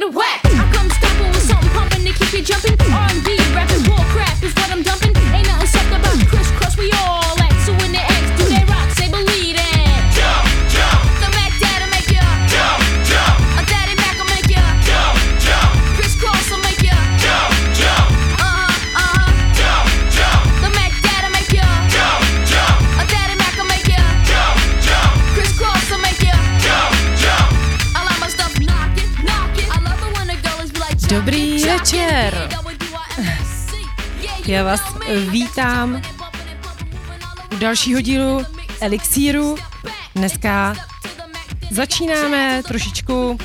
it whack. I come stomping with something pumping to keep you jumping. R&B, rapping, bull crap is what I'm dumping. Ain't nothing sucked about crisscross, we all at. So when the X do they rock, say believe it. Jump, jump. The Mac Dad'll make ya. Jump, jump. A Daddy Mac will make ya. Jump, jump. Crisscross will make ya. Jump, jump. Jump, jump. The Mac Dad'll make ya. Jump, jump. A Daddy Mac will make ya. Jump, jump. Crisscross will make ya. Jump, jump. I like my stuff knock it, knock it. I love it when the girl is like. Dobrý večer. Já vás vítám u dalšího dílu Elixíru. Dneska začínáme trošičku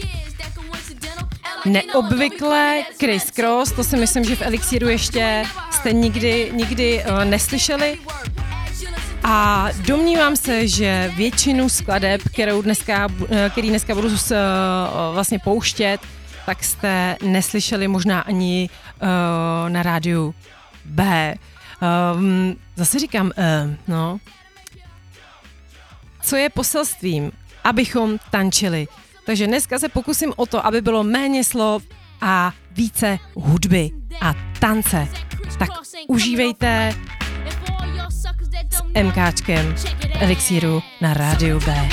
neobvykle crisscross, to si myslím, že v Elixíru ještě jste nikdy neslyšeli. A domnívám se, že většinu skladeb, který dneska budu vlastně pouštět, tak jste neslyšeli možná ani na rádiu B. Zase říkám, no. Co je poselstvím? Abychom tančili. Takže dneska se pokusím o to, aby bylo méně slov a více hudby a tance. Tak užívejte s MKčkem Elixíru na rádiu B.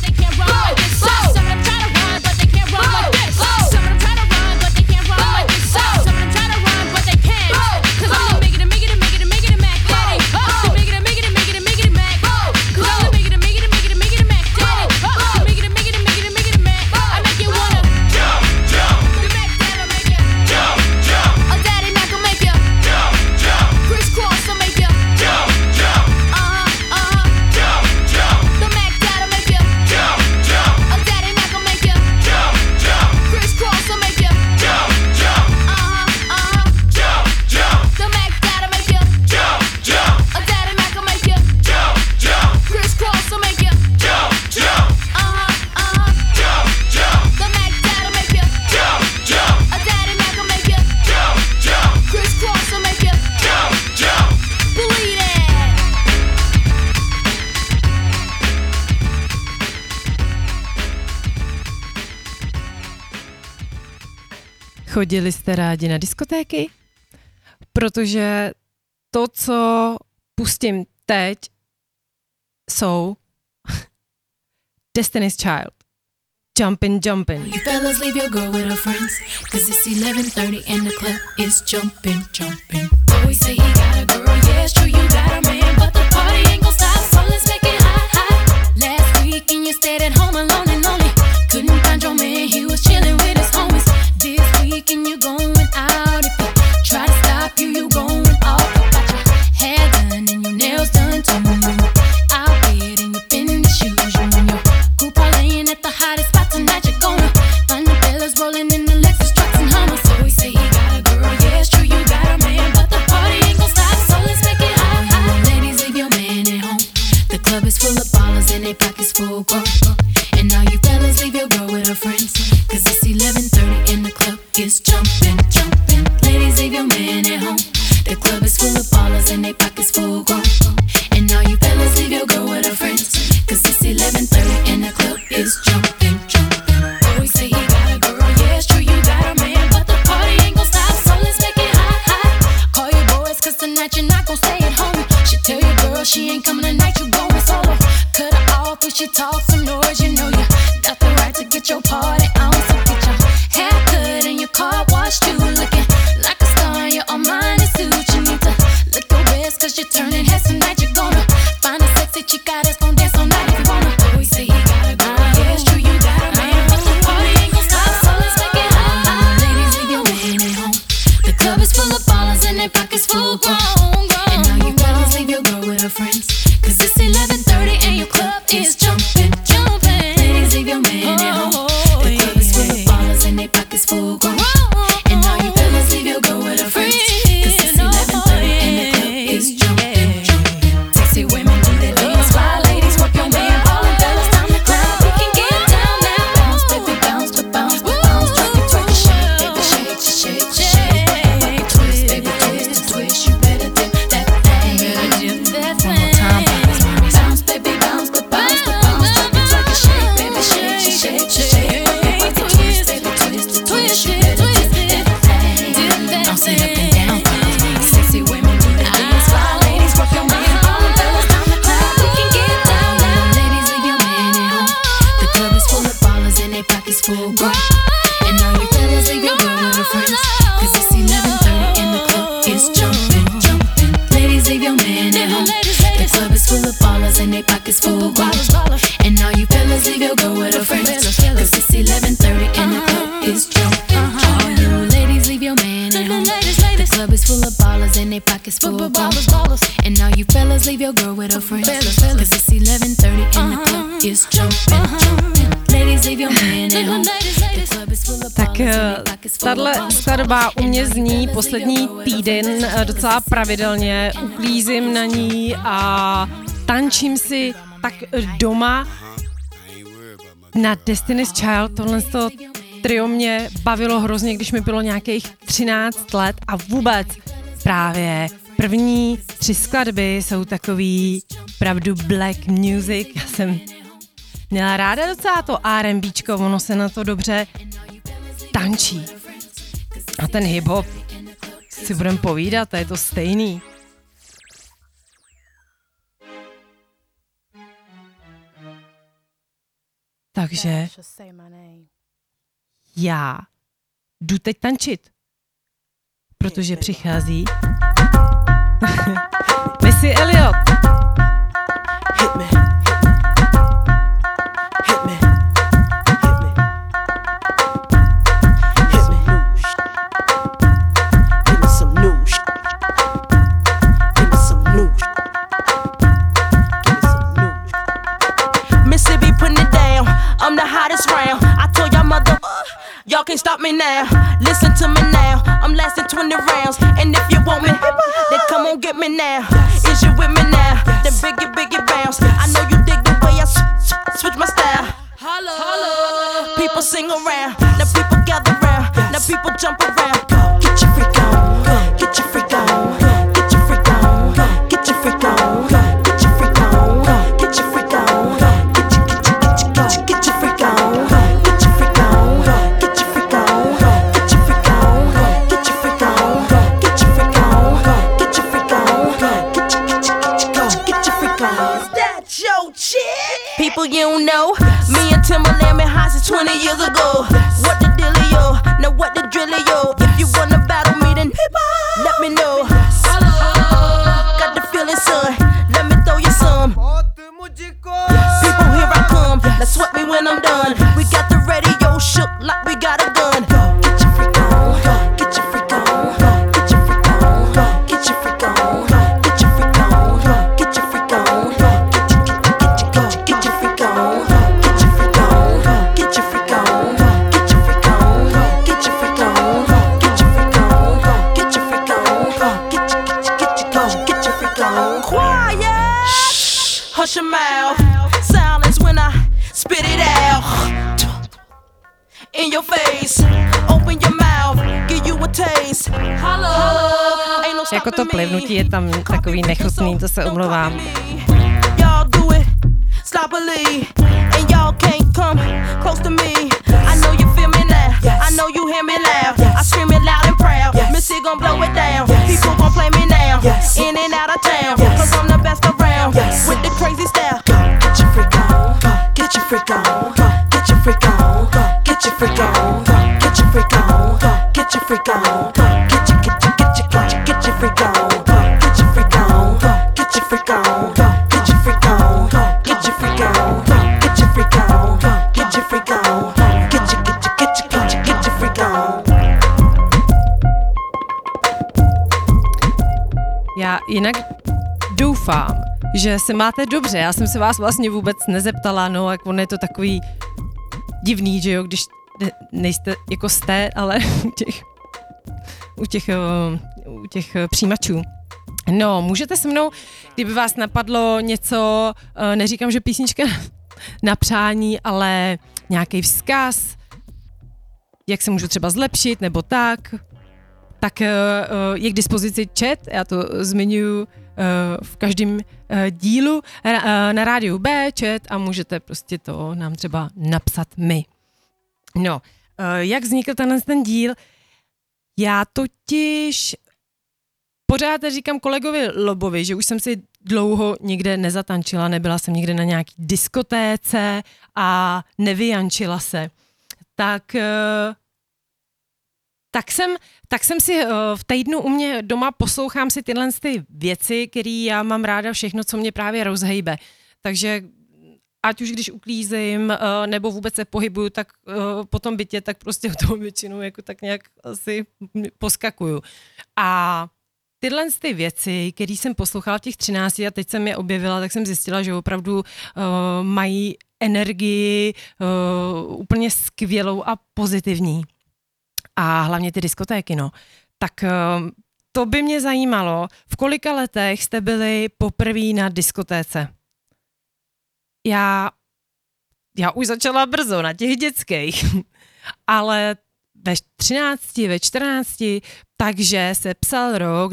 Chodili jste rádi na diskotéky? Protože to, co pustím teď, jsou Destiny's Child. Jumpin', jumpin'. You fellas leave your girl with her friends, 'cause it's 11:30 and the club is jumpin', jumpin'. Boys say he got a girl, yeah, it's true, you got a man, but the party ain't gon' stop, so let's make it hot, hot. Last weekend you stayed at home alone and lonely. Couldn't find your man, he was chillin' with his homies. This weekend you going out. If you try to stop you, you going off. You got your hair done and your nails done too. Out there in your Fendi shoes, you and your coupe laying at the hottest spot tonight. You're gonna find the fellas rolling in the Lexus trucks and Hummers. So he say he got a girl, yeah, it's true, you got a man, but the party ain't gon' stop, so let's make it hot, hot. Ladies, leave your man at home. The club is full of ballers and they pockets full grown. And now you fellas leave your girl with her friends, 'cause it's 11:30 and the club is jumpin', jumpin'. Ladies, leave your man at home. The club is full of ballers and they pockets full grown. And now you fellas leave your girl with her friends, 'cause it's 11:30 and the club is jumpin', jumpin'. Boys say he got a girl, yeah, it's true, you got a man, but the party ain't gon' stop, so let's make it hot, hot. Call your boys, 'cause tonight you're not gon' stay at home. She tell your girl she ain't coming tonight, you going solo. Cut her off if she talks some noise, you know you got the right to get your party on. So get your hair cut and your car washed too, looking like a star in your Armani suit. You need to look your best, 'cause you're turning heads tonight. You're gonna find a sexy chica that's gonna dance all night if you wanna. Always say he got a girl, yeah, it's true, you got a man, but the party ain't gon' stop, so let's make it hot. Ladies, leave your man at home. The club is full of ballers and their pockets full grown. And now you fellas leave your girl with her friends, 'cause it's 11:30 and your club is jumpin', jumpin'. Ladies, leave your man at home. The club is full of ballers and their pockets full grown. And now you fellas leave your girl with her friends, 'cause it's 11:30 and the club is jumpin', jumpin'. full grown. And all you fellas leave your girl with her friends, 'cause it's 11:30 and the club is jumping, jumping. Ladies, leave your man at home. The club is full of ballers and they pockets full of gold. And all you fellas leave your girl with her friends, 'cause it's 11:30 and the club is jumping. All you ladies leave your man at home. The club is full of ballers and they pockets full of gold. And all you fellas leave your girl with her friends, 'cause it's 11:30 and the club is jumping, jumping. Ladies, leave your man at home. The club is full of Tak ballers and they pockets full of tahle gold. skladba u mě zní poslední týden docela pravidelně, uklízím na ní a tančím si tak doma na Destiny's Child. Tohle trio mě bavilo hrozně, když mi bylo nějakých 13 let a vůbec právě první 3 skladby jsou takový pravdu black music. Já jsem měla ráda docela to R&Bčko, ono se na to dobře tančí. A ten hip-hop si budeme povídat, a je to stejný. Takže já jdu teď tančit, protože přichází Missy Elliott. Hit me. Hit me. Hit me. Hit me. Give me some news. Give me some news. Give me some news. Mississippi putting it down. I'm the hottest round. I told y'all mother, y'all can't stop me now. Listen to me now. I'm lasting 20 rounds. And if you want me, then come on get me now. Is you with me now? Then biggie bounce. I know you dig the way I switch my style. Holla. People sing around. Now people gather round. Now people jump around. Get your freak on. Get your freak on. Get your freak on. Get your freak on. Get your freak on. Get your freak on. Get your freak on. Get your freak on. Get your freak on. Get your freak on. Get your freak on. Get your freak on. Get your freak on. Get your freak on. Is that your chick? People you don't know. Me and Timberland been high since 20 years ago. What the dealio? Now what the drillio? If you wanna battle me, then let me know. Got the feeling, son. Let me throw you some. People, here I come. Now sweat me when I'm done. We got the radio shook like we got a gun. Get your freak on. Get your freak on. Get your freak on. Get your freak on. Get your freak on. Get your freak on. Get your freak on. Get your freak on. Get your freak on. Get your freak on. Get your freak on. Get your freak on. Get your freak on. Get your freak on. Quiet. Hush your mouth. Silence when I spit it out. In your face. Open your mouth. Give you a taste. Hello. Ain't no Jako to stopping plivnutí me. je tam takový nechutný, to se omlouvám. Y'all do it sloppily, and y'all can't come close to me. I know you feel me now. I know you hear me loud. I scream it loud and proud. Missy gon' blow it down. People gon' play me now. In and out of town. 'Cause I'm the best around. With the crazy style. Get your freak on. Get your freak on. Get your freak on. Get your freak on. Get your freak on. Get your freak on. Get your freak on. Get your freak on. Get your freak on. Get your freak on. Get your freak on. Get your freak on. Get your freak on. Get your freak on. Get your freak on. Já jinak doufám, že se máte dobře. Já jsem se vás vlastně vůbec nezeptala, no, jak ono je to takový divný, že jo, když nejste jako jste, ale u těch přijímačů. No, můžete se mnou, kdyby vás napadlo něco, neříkám, že písnička na přání, ale nějaký vzkaz, jak se můžu třeba zlepšit, nebo tak je k dispozici chat, já to zmiňuji v každém dílu na rádiu B chat a můžete prostě to nám třeba napsat my. No, jak vznikl ten díl? Já totiž pořád říkám kolegovi Lobovi, že už jsem si dlouho nikde nezatančila, nebyla jsem nikde na nějaký diskotéce a nevyjančila se. tak jsem si v týdnu u mě doma poslouchám si tyhle ty věci, které já mám ráda, všechno, co mě právě rozhejbe. Takže ať už když uklízím nebo vůbec se pohybuju, tak po tom bytě, tak prostě v toho většinou jako tak nějak asi poskakuju. A tyhle ty věci, které jsem poslouchala v těch 13 a teď jsem je objevila, tak jsem zjistila, že opravdu mají energii úplně skvělou a pozitivní. A hlavně ty diskotéky, no. Tak to by mě zajímalo, v kolika letech jste byli poprvé na diskotéce? Já už začala brzo na těch dětských, ale ve 13, ve 14, takže se psal rok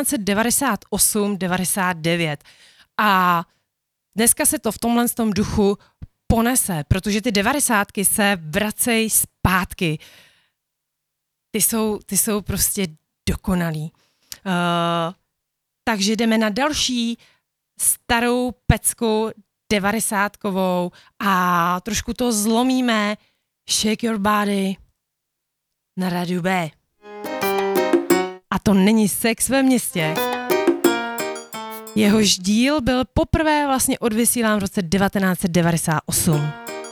1998-99 a dneska se to v tomhle duchu ponese, protože ty 90 se vracejí zpátky. Ty jsou prostě dokonalý. Takže jdeme na další starou pecku 90kovou a trošku to zlomíme. Shake Your Body na Rádiu B. A to není Sex ve městě. Jehož díl byl poprvé vlastně odvysílán v roce 1998.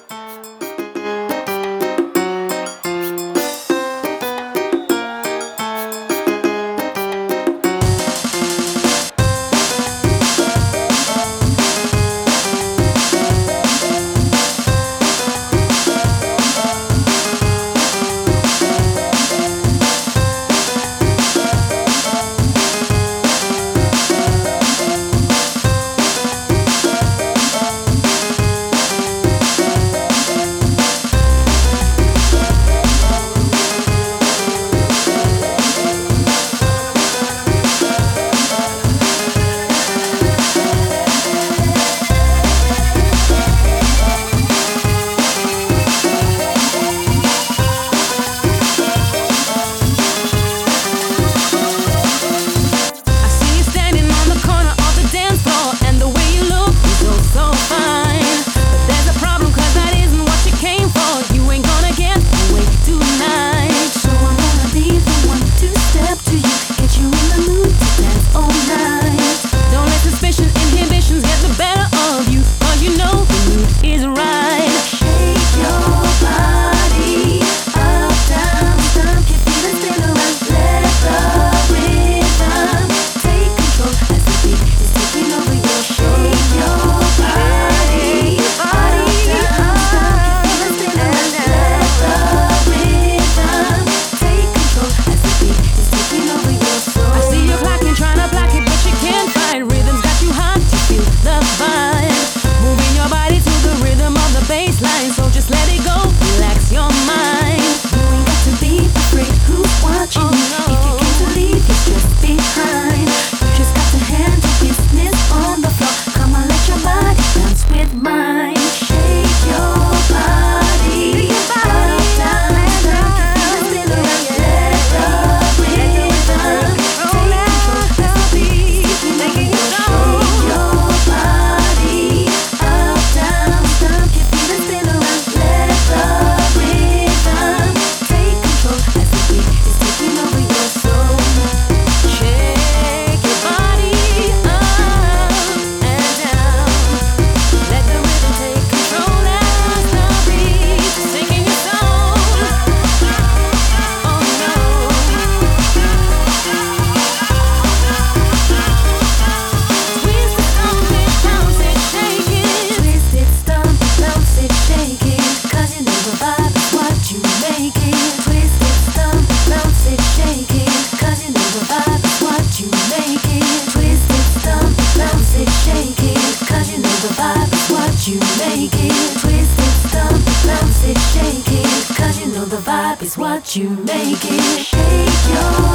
You make it, shake your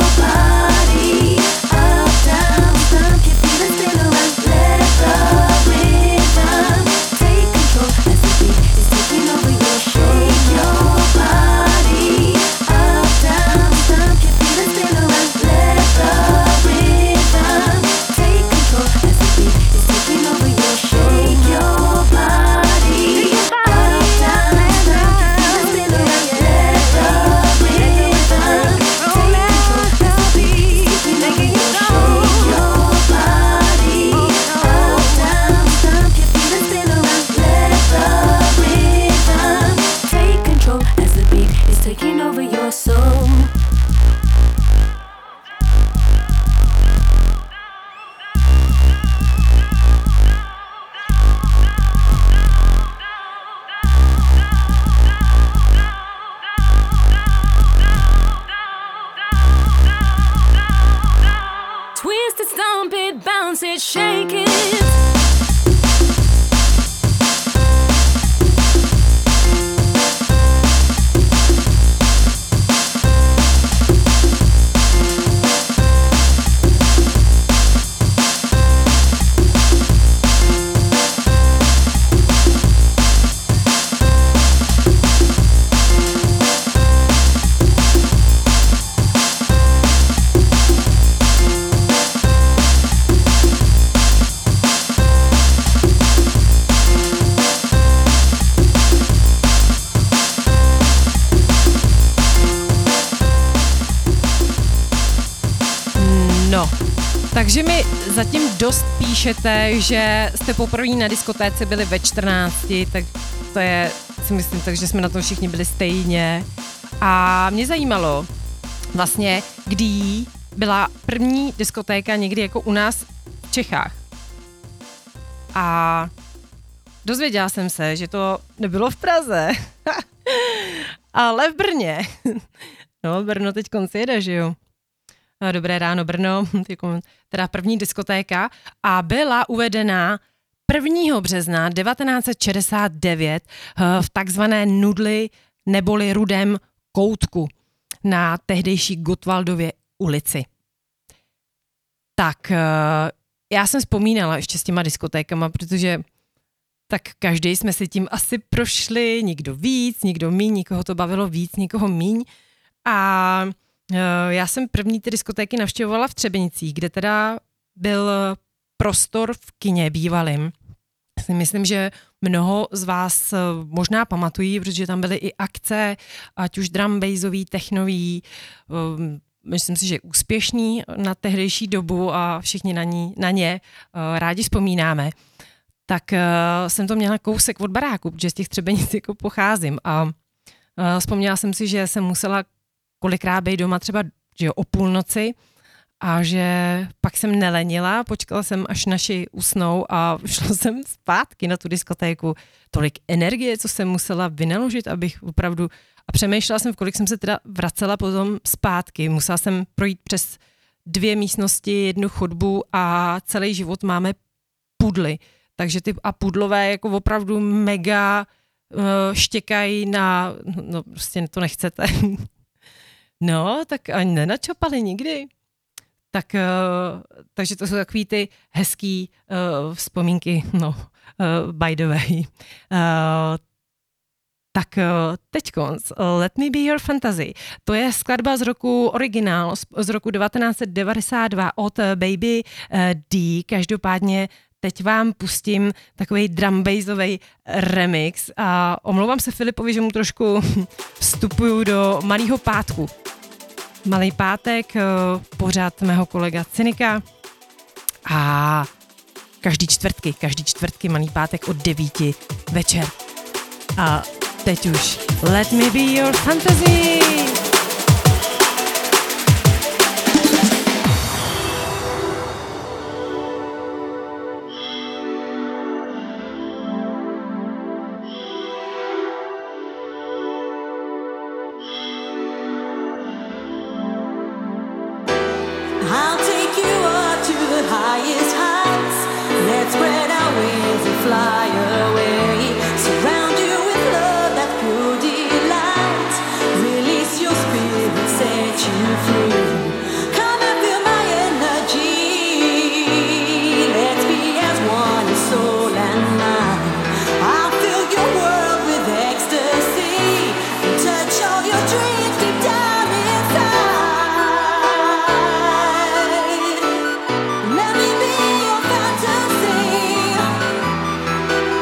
body up, down, stomp your feet and spin around. Let the rhythm take control as the beat is taking over your. Shake your body up, down, stomp your feet and spin around. Let the rhythm take control as the beat is taking over your. Shake your body up, down, stomp your feet and spin around. Someone said shake it. Takže mi zatím dost píšete, že jste poprvé na diskotéce byli ve 14, tak to je, si myslím, takže jsme na tom všichni byli stejně. A mě zajímalo vlastně, kdy byla první diskotéka někdy jako u nás v Čechách. A dozvěděla jsem se, že to nebylo v Praze, ale v Brně. No, Brno teď konci jede, že jo? Dobré ráno, Brno, teda první diskotéka a byla uvedena 1. března 1969 v takzvané Nudli neboli Rudém koutku na tehdejší Gottwaldově ulici. Tak já jsem vzpomínala ještě s těma diskotékama, protože tak každý jsme si tím asi prošli, někdo víc, někdo míň, někoho to bavilo víc, někoho míň a já jsem první ty diskotéky navštěvovala v Třebenicích, kde teda byl prostor v kině bývalým. Myslím, že mnoho z vás možná pamatují, protože tam byly i akce, ať už drum bassový, technový, myslím si, že úspěšný na tehdejší dobu a všichni na ně rádi vzpomínáme. Tak jsem to měla kousek od baráku, protože z těch Třebenic jako pocházím a vzpomněla jsem si, že jsem musela kolikrát být doma třeba že jo, o půlnoci a že pak jsem nelenila, počkala jsem, až naši usnou a šla jsem zpátky na tu diskotéku. Tolik energie, co jsem musela vynaložit, abych opravdu... A přemýšlela jsem, v kolik jsem se teda vracela potom zpátky. Musela jsem projít přes 2 místnosti, 1 chodbu a celý život máme pudly. Takže ty a pudlové jako opravdu mega štěkají na... No prostě to nechcete... No, tak ani nenačapali nikdy. Tak, takže to jsou takový ty hezký vzpomínky, no, by the way. Tak teďkonc, Let Me Be Your Fantasy. To je skladba z roku originál, z roku 1992 od Baby D. Každopádně teď vám pustím takovej drum bassovej remix a omlouvám se Filipovi, že mu trošku vstupuju do Malýho pátku. Malý pátek, pořád mého kolega Cynika a každý čtvrtky Malý pátek od 9 večer. A teď už Let Me Be Your Fantasy! I'll take you up to the highest heights. Let's spread our wings and fly away. Surround you with love that pure delight. Release your spirit, set you free. Come and feel my energy. Let's be as one in soul and mind. I'll fill your world with ecstasy. Touch all your dreams deep down inside. Let me be your fantasy.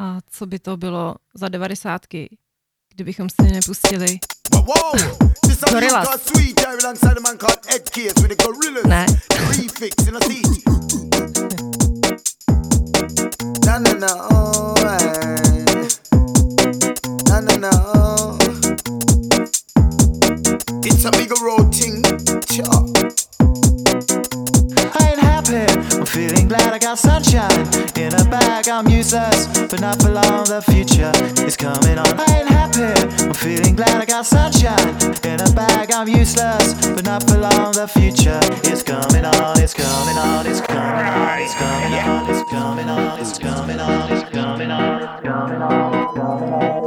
A co by to bylo za 90ky, kdybychom si nepustili Gorillaz. Ne. It's a big road thing. I ain't happy, I'm feeling glad I got sunshine in a bag, I'm useless, but not for long, the future is coming on. I ain't happy, I'm feeling glad I got sunshine in a bag, I'm useless, but not for long, the future is coming on, it's coming on, it's coming on, it's coming on, it's coming on, it's coming on, it's coming on, it's coming on, it's coming on.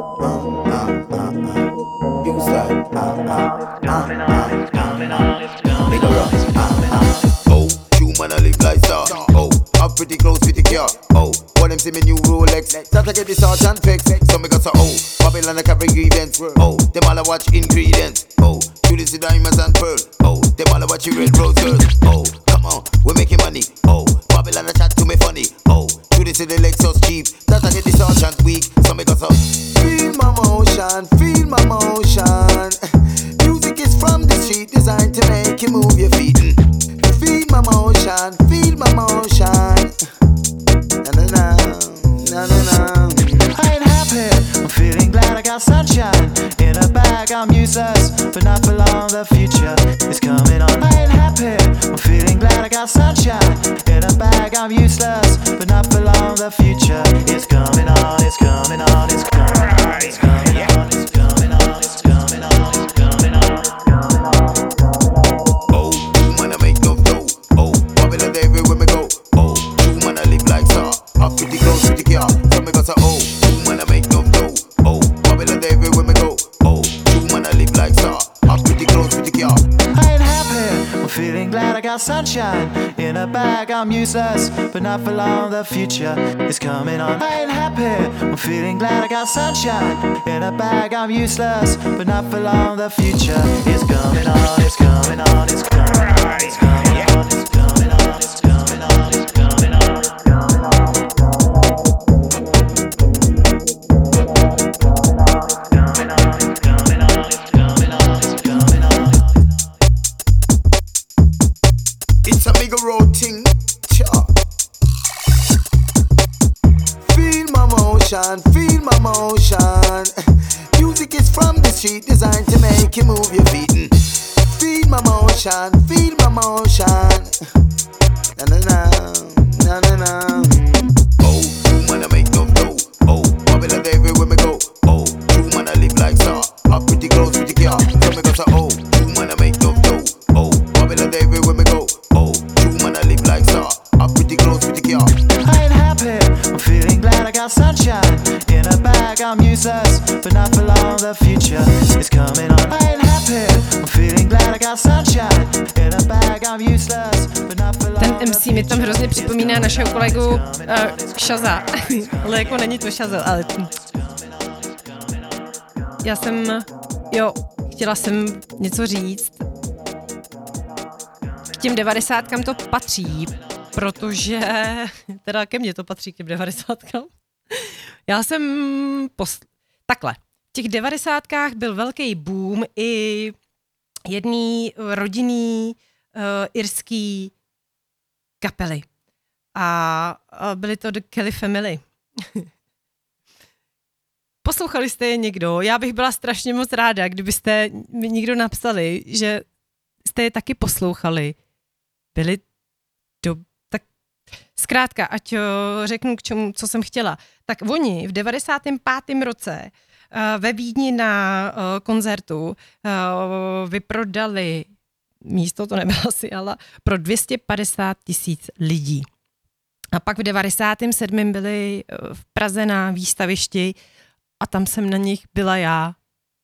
You said, coming on, it's coming on, it's coming on, it's coming on. Oh, human I live like star. Oh, I'm pretty close with the car. Oh, what them see me new Rolex. That I get the sergeant fix. So me got so Babylon I carry grievance. Oh, them all I watch ingredients. Oh, you see diamonds and pearl. Oh, them all I watch red roses. Oh, come on, we're making money. Oh, Babylon I chat to me funny. Oh, you see the Lexus cheap. That I get the sergeant weak. So me got so feel my motion, feel my motion. Music is from the street, designed to make you move your feet. Feel my motion, feel my motion. Na na na, na na na. I ain't happy, I'm feeling glad I got sunshine in a bag, I'm useless, but not for long, the future is coming on. I ain't happy, I'm feeling glad I got sunshine in a bag, I'm useless, but not for long, the future is coming on, it's coming on, it's coming on, it's coming on, it's coming on, it's coming on, it's coming on, it's coming on. Oh, man, I make no dough. Oh, Babylon everywhere me go. Oh, man, I live like star. I'm pretty close with the car. So me got oh, man, I make no dough. Oh, Babylon everywhere me go. Oh, man, I live like star. I'm pretty close with the car. I ain't happy, I'm feeling glad I got sunshine in a bag, I'm useless, but not for long, the future is coming on. I ain't happy, I'm feeling glad I got sunshine in a bag, I'm useless, but not for long, the future is coming on, it's coming on, it's coming on, it's coming on, it's coming on, it's coming on, it's coming on, it's coming on, it's coming on, it's coming on. It's a big road thing. Feel my motion, feel my motion. Music is from the street, designed to make you move your feet. Feel my motion, feel my motion. Na na na, na na na. Oh, man, I make no dough. Oh, Babylon everywhere me go. Oh, man, I live like star. I'm pretty close with the car. So me got oh, man, I make no dough. Oh, Babylon everywhere me go. Oh, man, I live like star. I'm pretty close with the car. I ain't happy, I'm feeling glad I got sunshine in a bag, I'm useless, but not for long, the future is coming on. I ain't happy, I'm feeling glad I got sunshine in a bag, I'm useless, but not for long. Ten MC mi tam hrozně připomíná našeho kolegu Shaza, ale jako není to Shaza, ale chtěla jsem něco říct. K těm 90kám to patří, protože teda ke mně to patří k těm 90kám. Já jsem takhle. V těch 90kách byl velký boom i jedný rodinný irský kapely. A byly to The Kelly Family. Poslouchali jste je někdo? Já bych byla strašně moc ráda, kdybyste mi někdo napsali, že jste je taky poslouchali. Byli tak zkrátka, ať řeknu k čemu, co jsem chtěla. Tak oni v 95. roce ve Vídni na koncertu vyprodali místo, to nebyla asi ale, pro 250 000 lidí. A pak v 97. byli v Praze na výstavišti a tam jsem na nich byla já.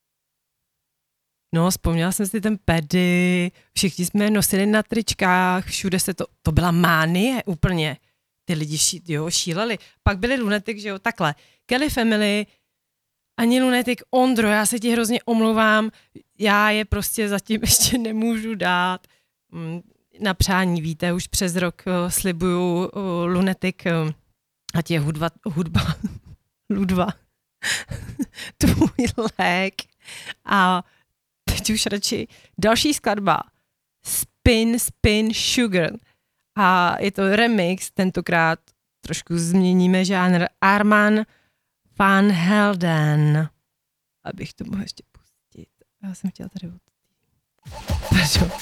No, vzpomněla jsem si ten pedy, všichni jsme nosili na tričkách, všude se to byla mánie úplně. Ty lidi šíleli. Pak byli Lunatic, že jo, takhle. Kelly Family, ani Lunatic, Ondro, já se ti hrozně omlouvám, já je prostě zatím ještě nemůžu dát na přání, víte, už přes rok slibuju Lunatic, ať je hudba Ludva. Tvůj lék. A teď už radši další skladba. Spin, Spin, Sugar. A je to remix, tentokrát trošku změníme žánr. Armand van Helden. Abych to mohl ještě pustit. Já jsem chtěla tady Pardon.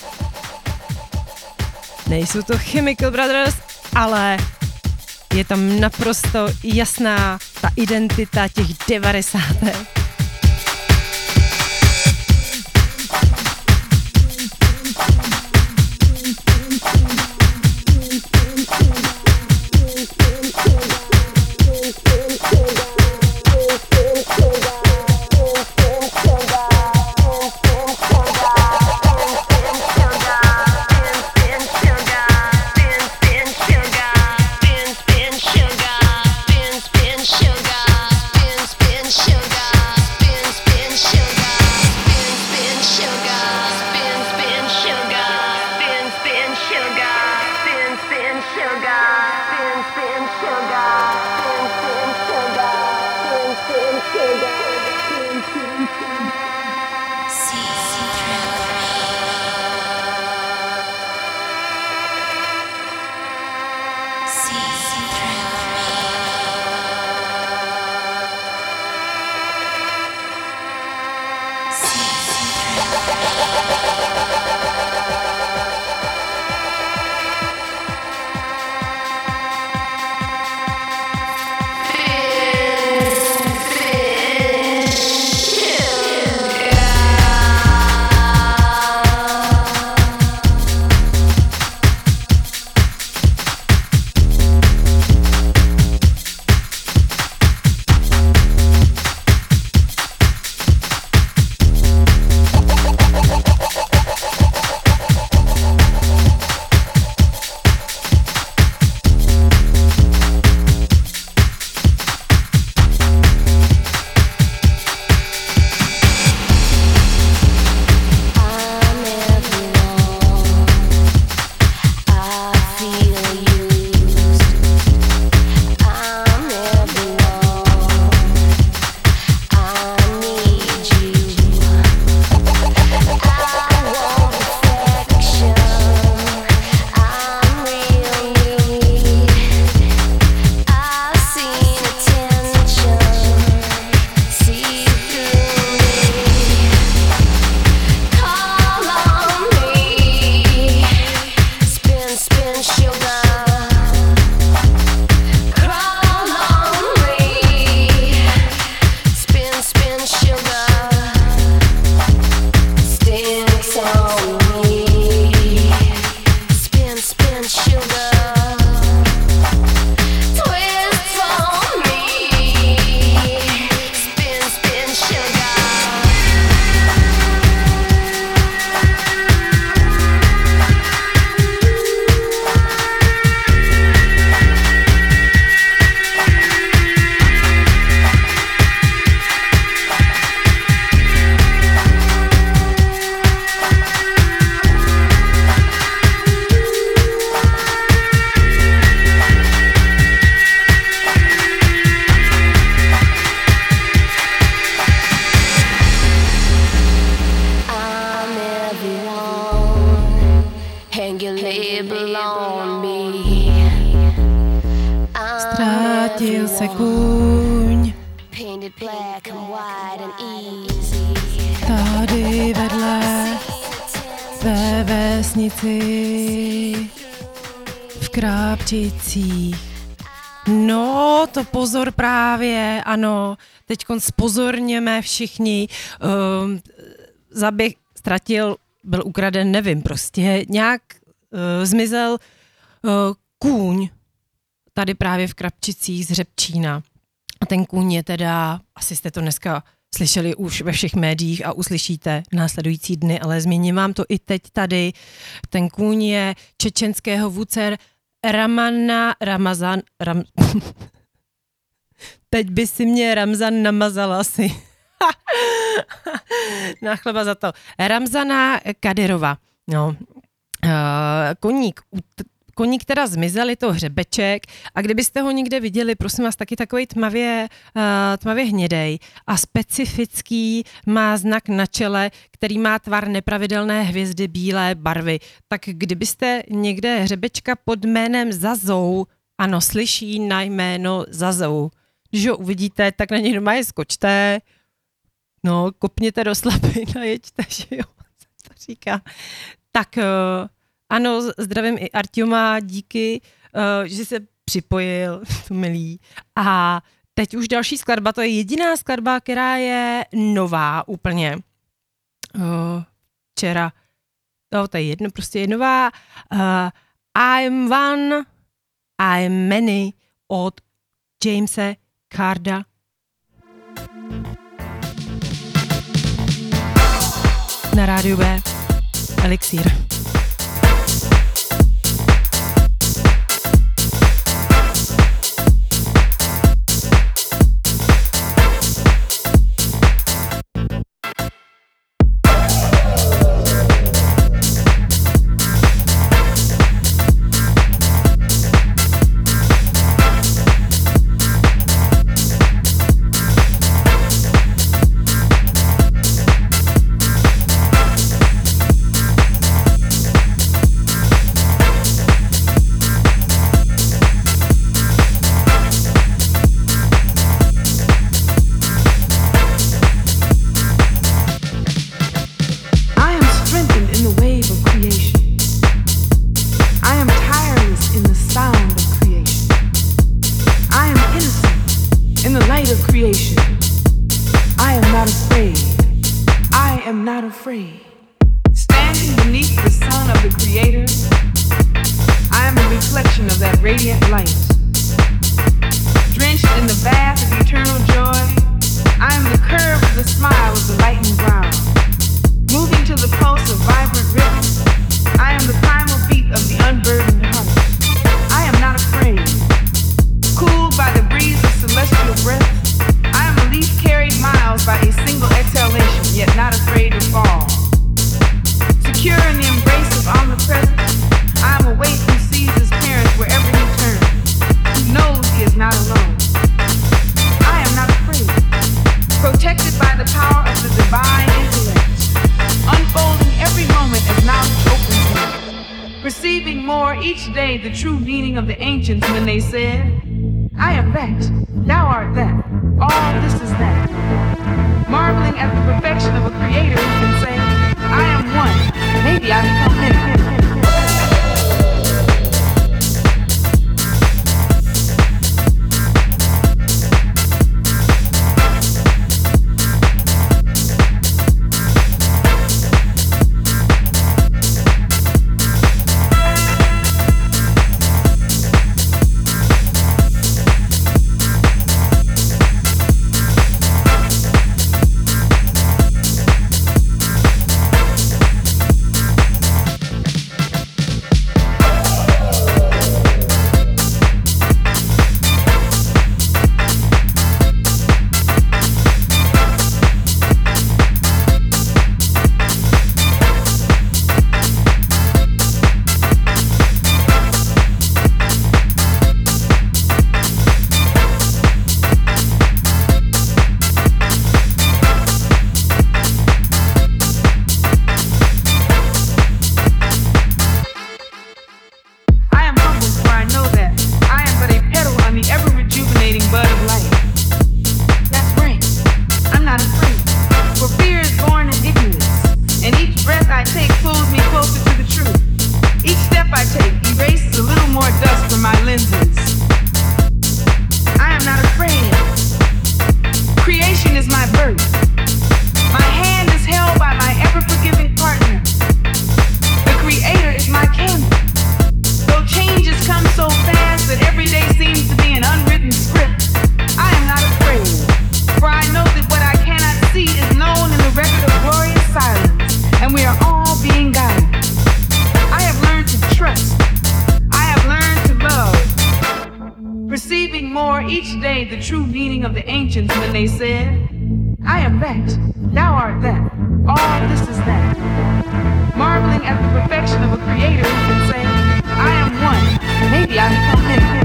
Nejsou to Chemical Brothers, ale je tam naprosto jasná ta identita těch 90. Ztratil se kůň tady vedle ve vesnici v Krápčicích. No, to pozor právě, ano, teďkon spozorněme všichni. Zaběh ztratil, byl ukraden, nevím, prostě nějak zmizel kůň tady právě v Krapčicích z Řepčína. A ten kůň je teda, asi jste to dneska slyšeli už ve všech médiích a uslyšíte v následující dny, ale zmíním vám to i teď tady. Ten kůň je čečenského vůdce Teď by si mě Ramzan namazal asi. Na chleba za koník teda zmizel, je to hřebeček a kdybyste ho někde viděli, prosím vás, taky takový tmavě hnědej a specifický má znak na čele, který má tvar nepravidelné hvězdy bílé barvy. Tak kdybyste někde hřebečka pod jménem Zazou, ano, slyší na jméno Zazou, když ho uvidíte, tak na něj doma je skočte, no, kopněte do slapy, najeďte, že jo, to říká. Tak ano, zdravím i Artioma, díky, že se připojil, to milý. A teď už další skladba, to je jediná skladba, která je nová úplně. Včera, to je jedno, prostě je nová. I'm one, I'm many od Jamese Carda. Na rádiu B, Elixír. Marveling at the perfection of a creator who can say, I am one. Maybe I'm something.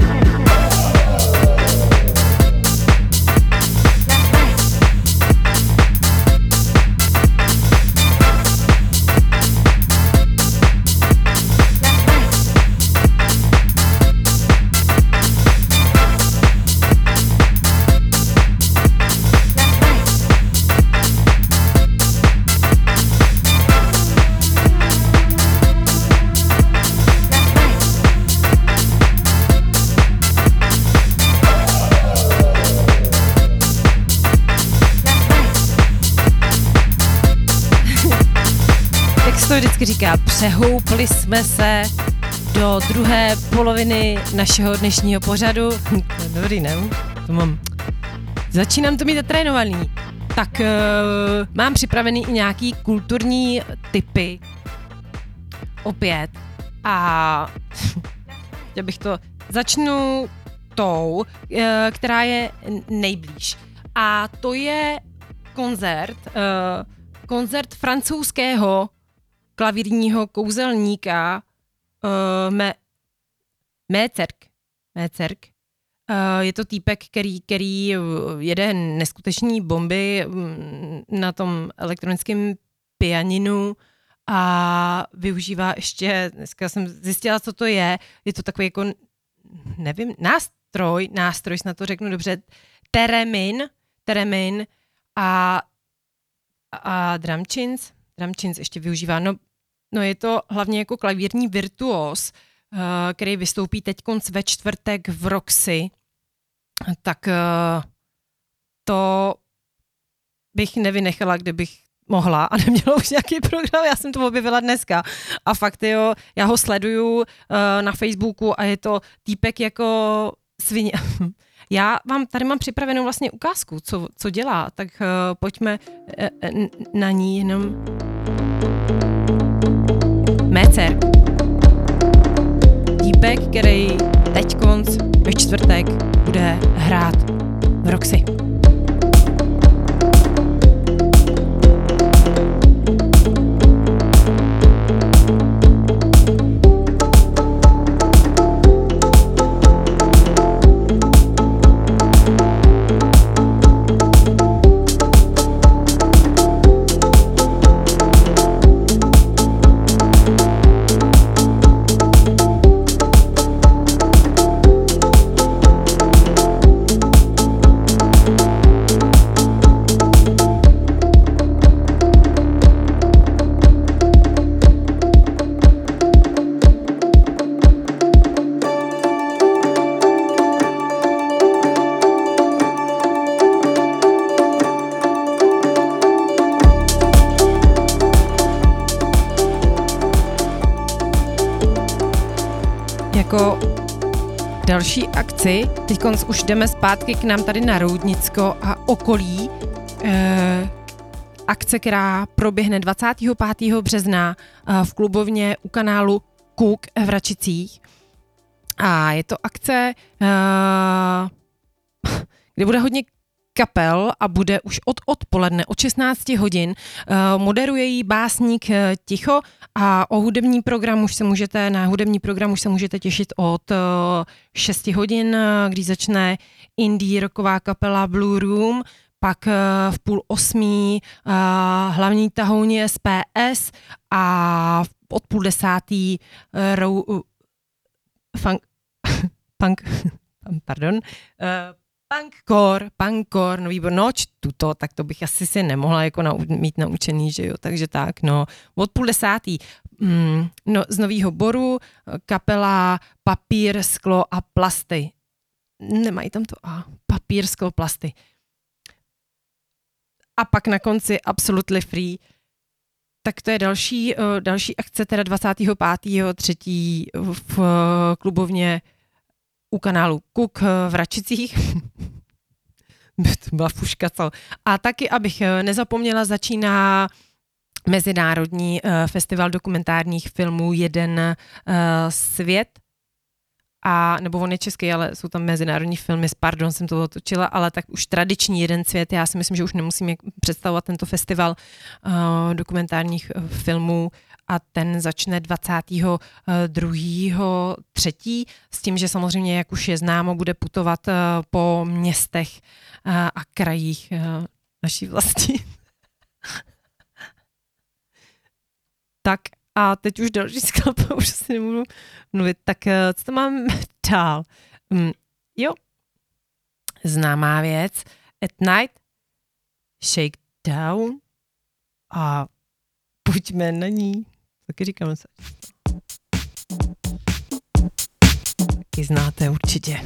To vždycky říká, přehoupli jsme se do druhé poloviny našeho dnešního pořadu. Dobrý, ne? To mám. Začínám to mít zatrénovaný. Tak mám připravený i nějaký kulturní tipy. Opět. A já bych to začnu tou, která je nejblíž. A to je koncert francouzského klavírního kouzelníka Mécerk. Je to týpek, který jede neskutečný bomby na tom elektronickém pianinu a využívá ještě, dneska jsem zjistila, co to je to takový jako, nevím, nástroj, snad to řeknu dobře, teremin a drumchins ještě využívá. No je to hlavně jako klavírní virtuos, který vystoupí teďkonc ve čtvrtek v Roxy. Tak to bych nevynechala, kdybych mohla a neměla už nějaký program, já jsem to objevila dneska. A fakt jo, já ho sleduju na Facebooku a je to týpek jako svině. Já vám tady mám připravenou vlastně ukázku, co dělá, tak pojďme na ní jenom. Mécerk. Týpek, který teďkonc ve čtvrtek bude hrát v Roxy. Jako další akci, teď už jdeme zpátky k nám tady na Roudnicko a okolí. Akce, která proběhne 25. března v klubovně u kanálu Kuk v Račicích. A je to akce, kde bude hodně kapel a bude už od odpoledne, od 16 hodin. Moderuje jí básník Ticho a na hudební program už se můžete těšit od 6 hodin, když začne indie rocková kapela Blue Room, pak v 7:30 hlavní tahouní SPS a od 9:30 Punkcore, no výbor, noč tuto, tak to bych asi si nemohla jako mít naučený, že jo, takže tak, no, od 9:30 z Novýho Boru, kapela Papír, sklo a plasty. Nemají tam to papír, sklo, plasty. A pak na konci Absolutely Free. Tak to je další akce, teda 25.3. v klubovně u kanálu Kuk v Račicích. To byla fuška, co? A taky, abych nezapomněla, začíná Mezinárodní festival dokumentárních filmů Jeden svět. Nebo on je český, ale jsou tam mezinárodní filmy, pardon, jsem to otočila, ale tak už tradiční Jeden svět. Já si myslím, že už nemusím představovat tento festival dokumentárních filmů a ten začne 22.3. s tím, že samozřejmě, jak už je známo, bude putovat po městech a krajích naší vlasti. Tak a teď už další skladba, už si nebudu mluvit. Tak co to mám dál? Jo, známá věc. At Night, Shakedown a pojďme na ní. Taky říkám se. Taky znáte určitě.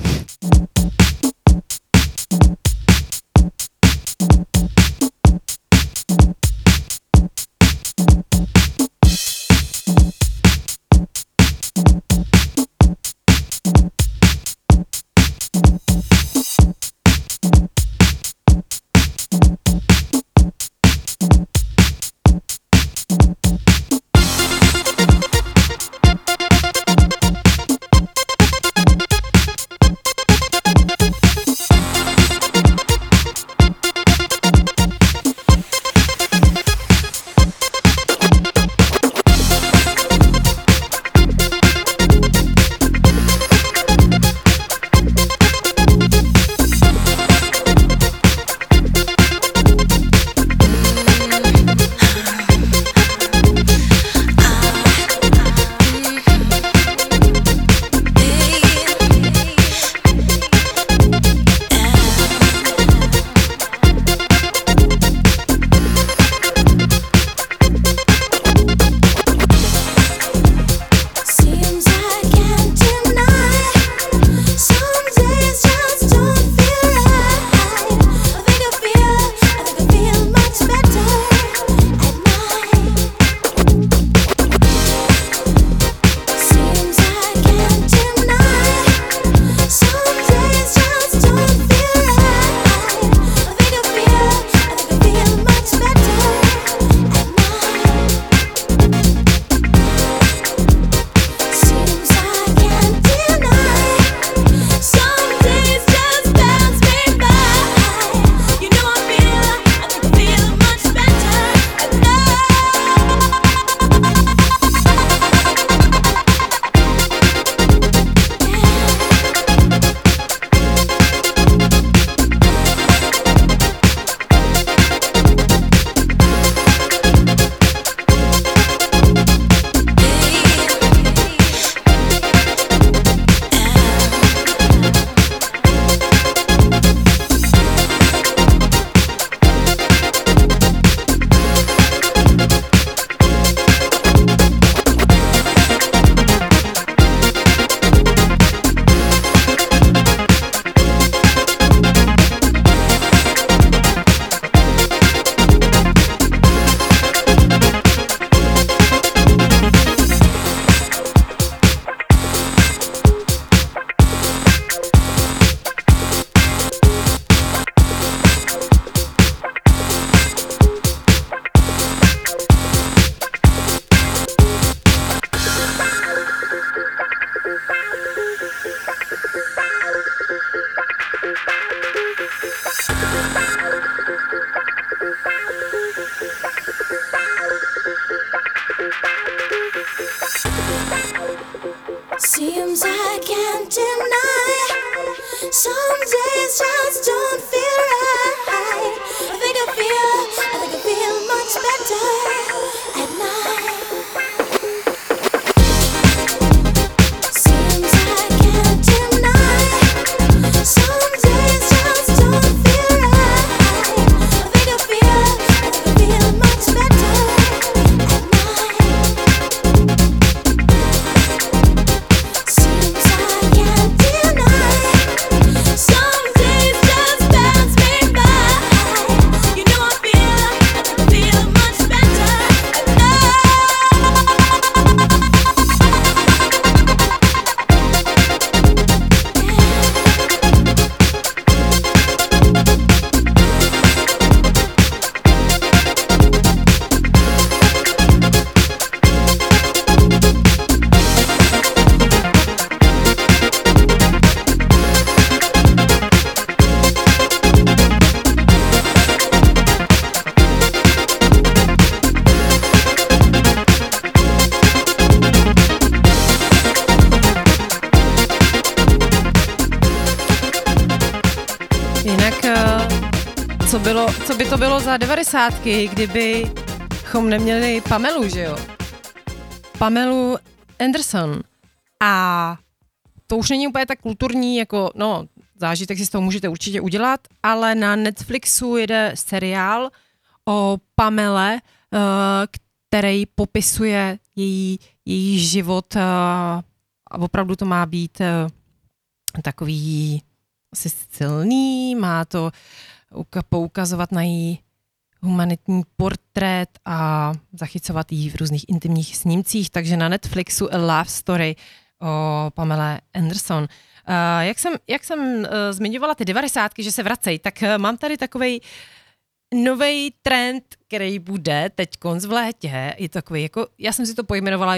Co by to bylo za 90, kdybychom neměli Pamelu, že jo? Pamelu Anderson. A to už není úplně tak kulturní, jako, no, zážitek si z toho můžete určitě udělat, ale na Netflixu jede seriál o Pamele, který popisuje její život a opravdu to má být takový asi silný, má to poukazovat na její humanitní portrét a zachycovat ji v různých intimních snímcích, takže na Netflixu A Love Story o Pamele Anderson. Jak jsem zmiňovala ty 90, že se vracejí, tak mám tady takovej novej trend, který bude teďkonc v létě, je takový, jako, já jsem si to pojmenovala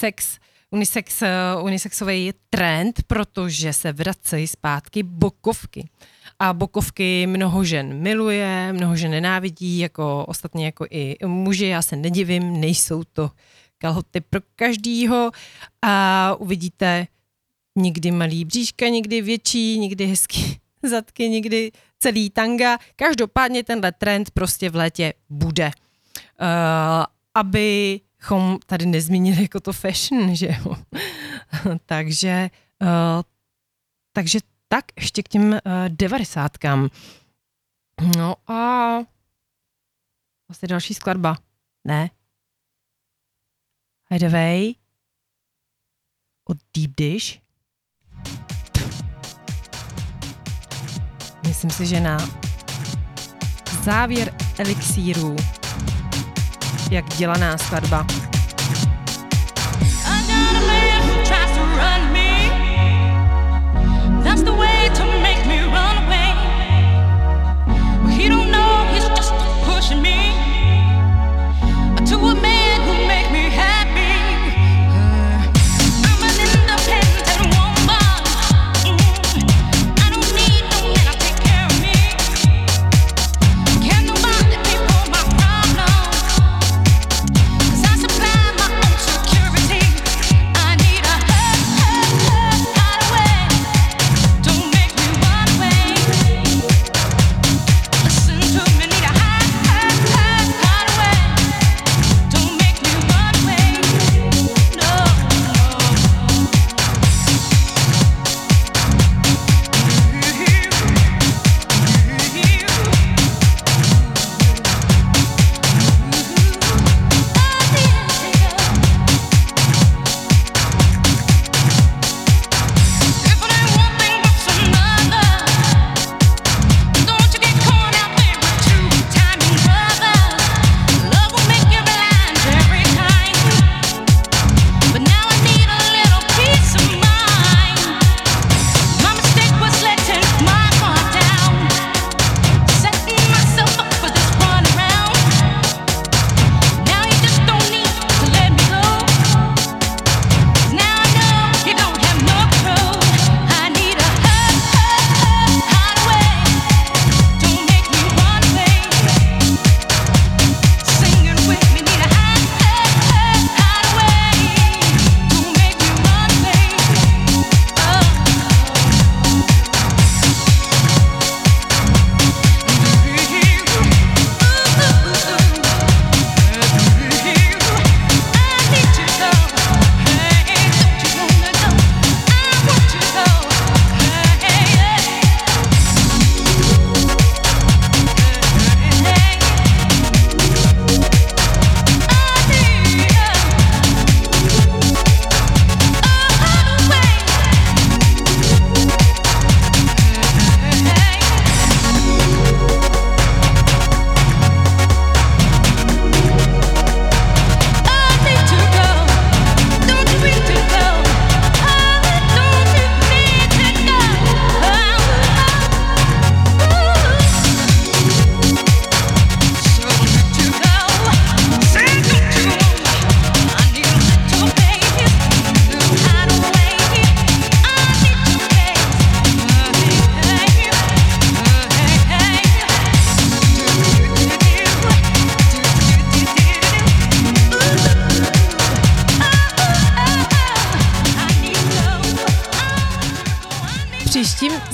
unisexový trend, protože se vracejí zpátky bokovky. A bokovky mnoho žen miluje, mnoho žen nenávidí, jako ostatně jako i muži, já se nedivím, nejsou to kalhoty pro každýho a uvidíte někdy malý bříška, někdy větší, někdy hezký zadky, někdy celý tanga. Každopádně tenhle trend prostě v létě bude. Abychom tady nezmínili jako to fashion, že jo. takže tak ještě k těm 90kám. No a vlastně další skladba. Ne. Hideaway od Deep Dish. Myslím si, že na závěr Elixíru, jak dělaná skladba. Supply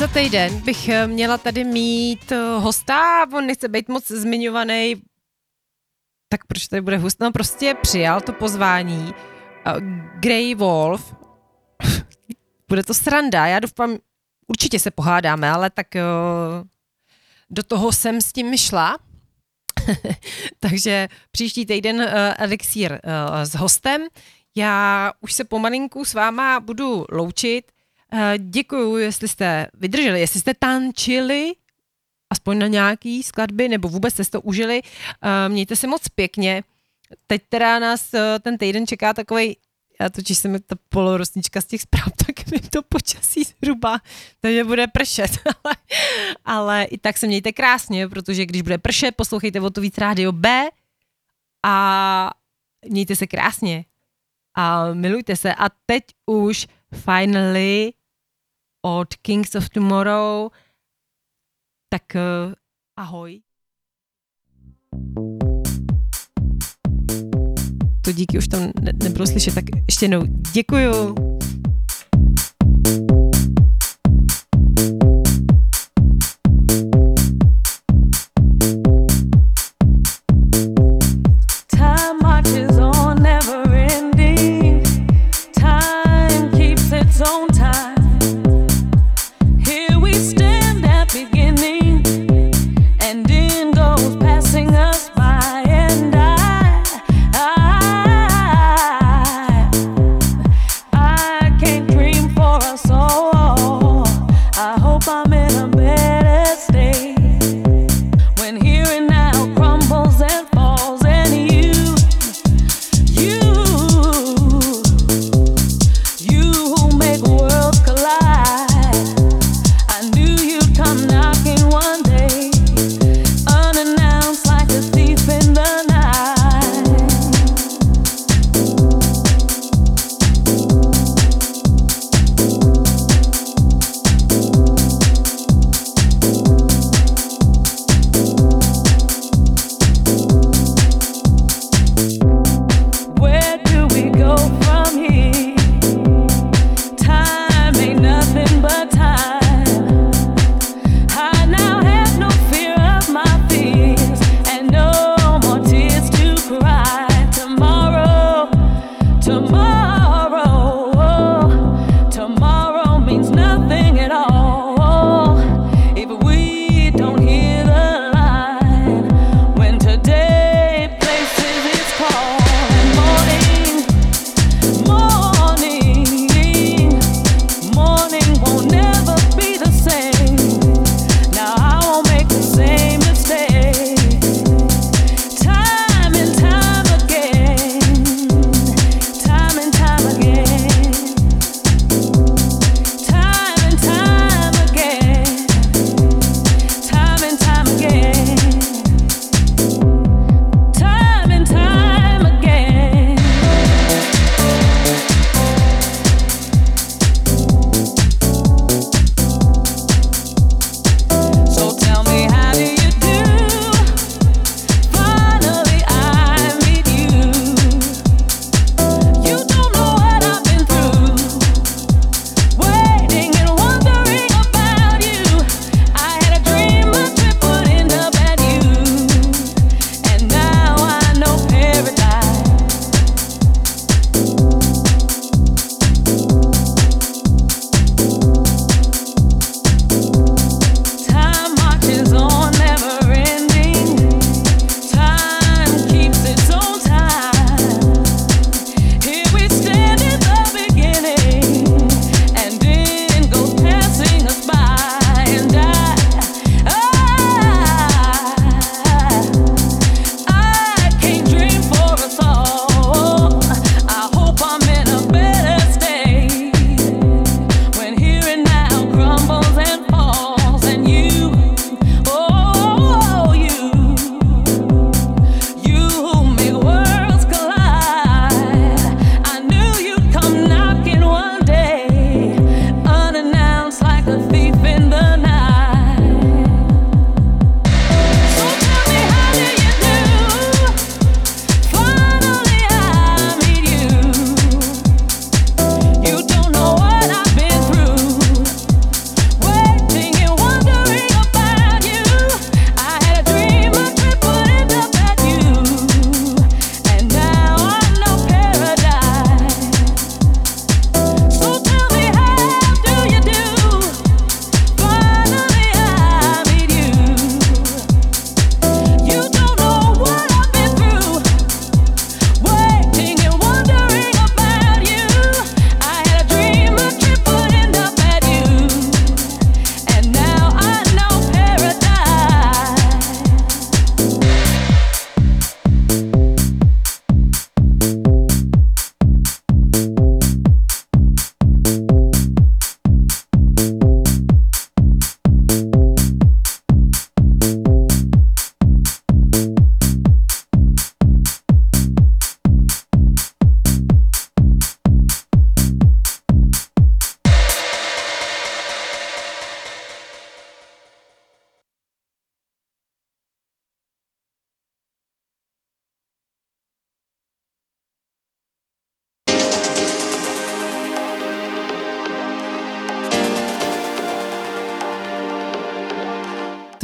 týden bych měla tady mít hosta, on nechce být moc zmiňovaný, tak proč tady bude host? No prostě přijal to pozvání. Grey Wolf. Bude to sranda, já doufám, určitě se pohádáme, ale tak do toho jsem s tím šla. Takže příští týden Elixír s hostem. Já už se pomalinku s váma budu loučit. Děkuju, jestli jste vydrželi, jestli jste tančili, aspoň na nějaký skladby, nebo vůbec jste to užili. Mějte se moc pěkně. Teď teda nás ten týden čeká takovej, totiž se mi ta polorostnička z těch zpráv, tak mi to počasí zhruba, takže bude pršet, ale i tak se mějte krásně, protože když bude pršet, poslouchejte o to víc Rádio B a mějte se krásně a milujte se. A teď už finally od Kings of Tomorrow, tak ahoj. To díky už tam nebylo slyšet, tak ještě jednou děkuju. Time marches on, never ending. Time keeps its own time. Here we stand at beginning, and in goes passing us by, and I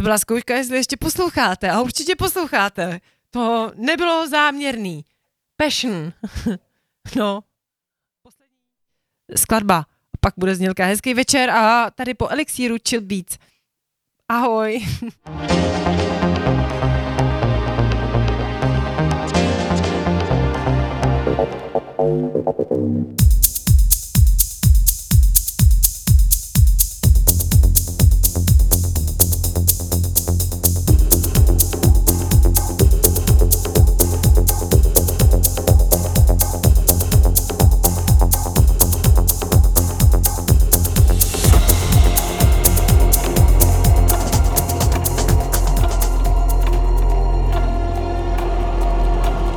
byla zkouška, jestli ještě posloucháte. A určitě posloucháte. To nebylo záměrný. Passion. No. Poslední skladba. Pak bude znělka. Hezký večer a tady po Elixíru Chill Beats. Ahoj.